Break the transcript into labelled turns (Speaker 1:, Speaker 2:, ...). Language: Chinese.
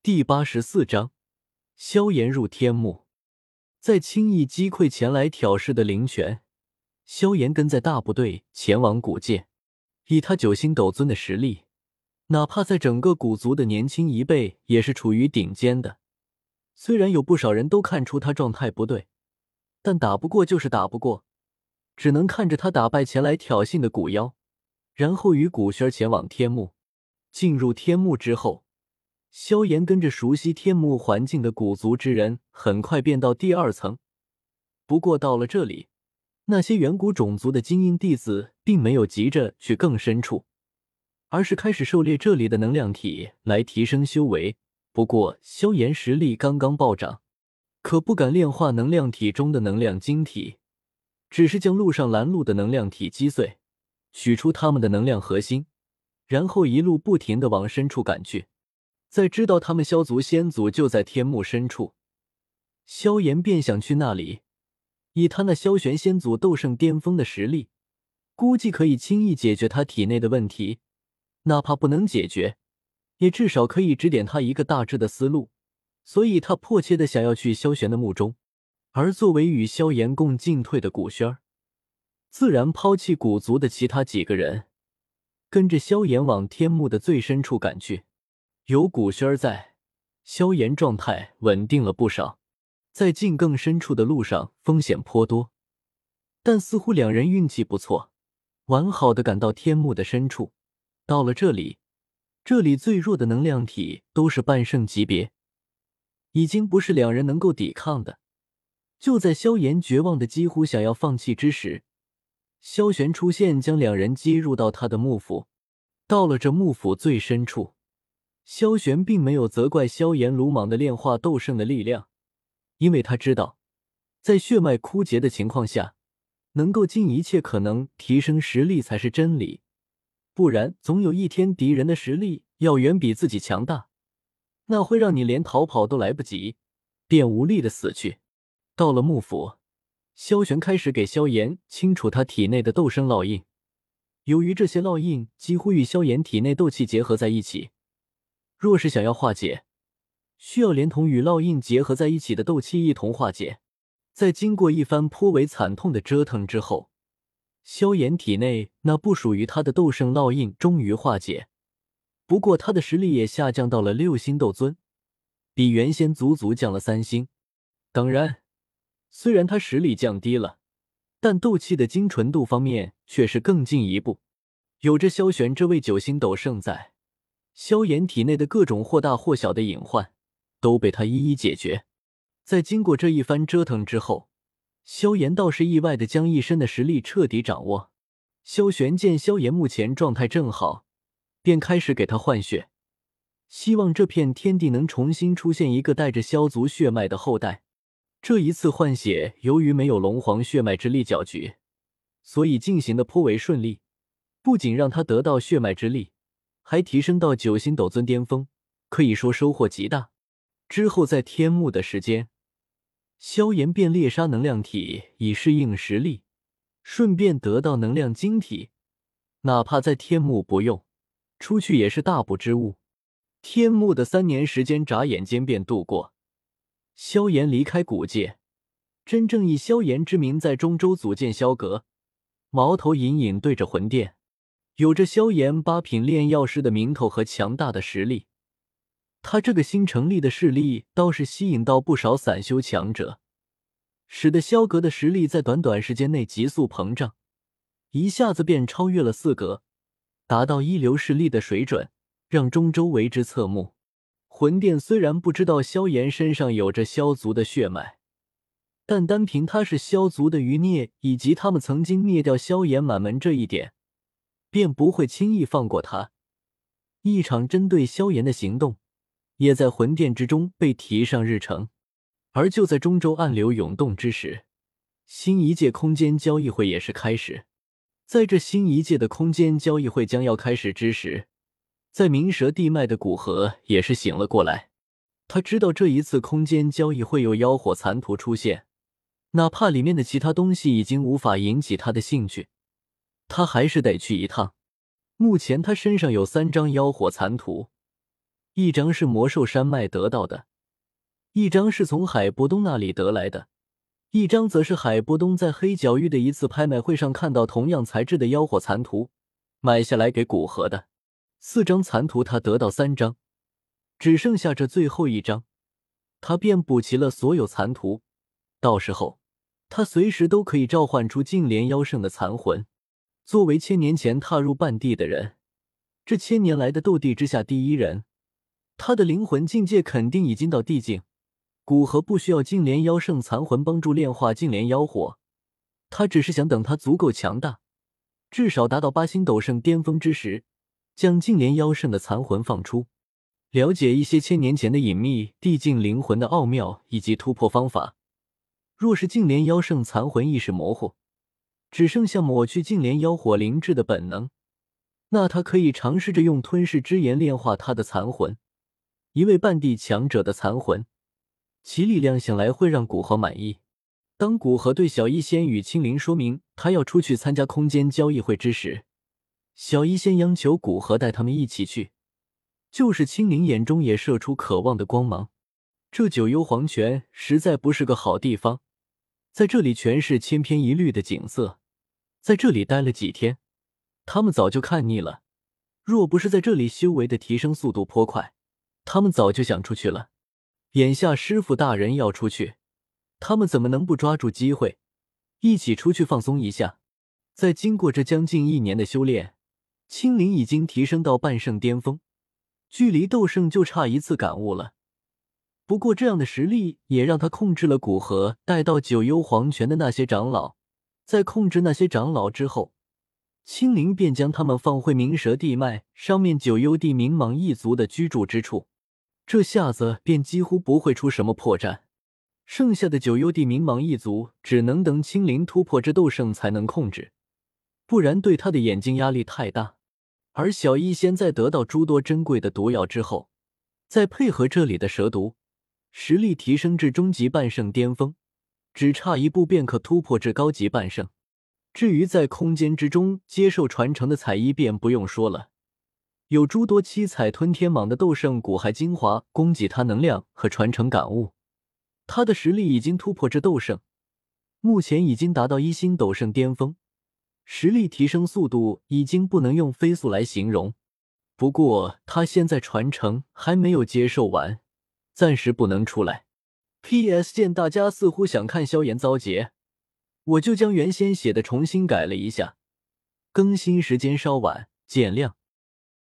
Speaker 1: 第84章，萧炎入天幕。在轻易击溃前来挑事的灵泉，萧炎跟在大部队前往古界。以他9星斗尊的实力，哪怕在整个古族的年轻一辈也是处于顶尖的。虽然有不少人都看出他状态不对，但打不过就是打不过，只能看着他打败前来挑衅的古妖，然后与古轩前往天幕。进入天幕之后，萧炎跟着熟悉天幕环境的古族之人很快便到第2层。不过到了这里，那些远古种族的精英弟子并没有急着去更深处，而是开始狩猎这里的能量体来提升修为。不过萧炎实力刚刚暴涨，可不敢炼化能量体中的能量晶体，只是将路上拦路的能量体击碎，取出他们的能量核心，然后一路不停地往深处赶去。在知道他们萧族先祖就在天幕深处，萧炎便想去那里。以他那萧玄先祖斗圣巅峰的实力，估计可以轻易解决他体内的问题，哪怕不能解决，也至少可以指点他一个大致的思路。所以他迫切地想要去萧玄的墓中。而作为与萧炎共进退的古轩儿，自然抛弃古族的其他几个人，跟着萧炎往天幕的最深处赶去。有古轩儿在，萧炎状态稳定了不少。在进更深处的路上风险颇多，但似乎两人运气不错，完好的赶到天幕的深处。到了这里，这里最弱的能量体都是半圣级别，已经不是两人能够抵抗的。就在萧炎绝望的几乎想要放弃之时，萧玄出现，将两人接入到他的幕府。到了这幕府最深处，萧玄并没有责怪萧炎鲁莽的炼化斗圣的力量，因为他知道，在血脉枯竭的情况下，能够尽一切可能提升实力才是真理，不然总有一天敌人的实力要远比自己强大，那会让你连逃跑都来不及，便无力的死去。到了幕府，萧玄开始给萧炎清除他体内的斗圣烙印。由于这些烙印几乎与萧炎体内斗气结合在一起，若是想要化解，需要连同与烙印结合在一起的斗气一同化解。在经过一番颇为惨痛的折腾之后，萧炎体内那不属于他的斗圣烙印终于化解。不过他的实力也下降到了6星斗尊，比原先足足降了3星。当然，虽然他实力降低了，但斗气的精纯度方面却是更进一步。有着萧玄这位9星斗圣在，萧炎体内的各种或大或小的隐患都被他一一解决。在经过这一番折腾之后，萧炎倒是意外地将一身的实力彻底掌握。萧玄见萧炎目前状态正好，便开始给他换血，希望这片天地能重新出现一个带着萧族血脉的后代。这一次换血由于没有龙皇血脉之力搅局，所以进行的颇为顺利，不仅让他得到血脉之力，还提升到9星斗尊巅峰，可以说收获极大。之后在天幕的时间，萧炎便猎杀能量体以适应实力，顺便得到能量晶体，哪怕在天幕不用，出去也是大补之物。天幕的3年时间眨眼间便度过，萧炎离开古界，真正以萧炎之名在中州组建萧阁，矛头隐隐对着魂殿。有着萧炎8品炼药师的名头和强大的实力，他这个新成立的势力倒是吸引到不少散修强者，使得萧阁的实力在短短时间内急速膨胀，一下子便超越了4阁，达到一流势力的水准，让中州为之侧目。魂殿虽然不知道萧炎身上有着萧族的血脉，但单凭他是萧族的余孽，以及他们曾经灭掉萧炎满门这一点，便不会轻易放过他。一场针对萧炎的行动也在魂殿之中被提上日程。而就在中州暗流涌动之时，新一届空间交易会也是开始。在这新一届的空间交易会将要开始之时，在冥蛇地脉的古河也是醒了过来。他知道这一次空间交易会有妖火残图出现，哪怕里面的其他东西已经无法引起他的兴趣，他还是得去一趟。目前他身上有3张妖火残图， 一张是魔兽山脉得到的，一张是从海波东那里得来的，一张则是海波东在黑角域的一次拍卖会上看到同样材质的妖火残图，买下来给古河的。4张残图他得到3张，只剩下这最后一张，他便补齐了所有残图，到时候他随时都可以召唤出净莲妖圣的残魂。作为1000年前踏入半地的人，这1000年来的斗帝之下第一人，他的灵魂境界肯定已经到地境。古河不需要净莲妖圣残魂帮助炼化净莲妖火，他只是想等他足够强大，至少达到8星斗圣巅峰之时，将净莲妖圣的残魂放出，了解一些1000年前的隐秘地境灵魂的奥妙以及突破方法。若是净莲妖圣残魂意识模糊，只剩下抹去净莲妖火灵智的本能，那他可以尝试着用吞噬之炎炼化他的残魂，一位半地强者的残魂，其力量想来会让古河满意。当古河对小医仙与青灵说明他要出去参加空间交易会之时，小医仙央求古河带他们一起去，就是青灵眼中也射出渴望的光芒。这九幽黄泉实在不是个好地方，在这里全是千篇一律的景色，在这里待了几天，他们早就看腻了。若不是在这里修为的提升速度颇快，他们早就想出去了。眼下师傅大人要出去，他们怎么能不抓住机会，一起出去放松一下。在经过这将近1年的修炼，青灵已经提升到半圣巅峰，距离斗圣就差一次感悟了。不过这样的实力也让他控制了古河带到九幽黄泉的那些长老，在控制那些长老之后，青灵便将他们放回冥蛇地脉上面九幽地冥蟒一族的居住之处，这下子便几乎不会出什么破绽。剩下的九幽地冥蟒一族只能等青灵突破这斗圣才能控制，不然对他的眼睛压力太大。而小医仙在得到诸多珍贵的毒药之后，再配合这里的蛇毒，实力提升至终极半圣巅峰，只差一步便可突破至高级半圣。至于在空间之中接受传承的彩衣便不用说了，有诸多七彩吞天蟒的斗圣骨骸精华供给他能量和传承感悟，他的实力已经突破至斗圣，目前已经达到1星斗圣巅峰，实力提升速度已经不能用飞速来形容。不过他现在传承还没有接受完，暂时不能出来。PS 见大家似乎想看萧炎遭劫，我就将原先写的重新改了一下，更新时间稍晚，见谅。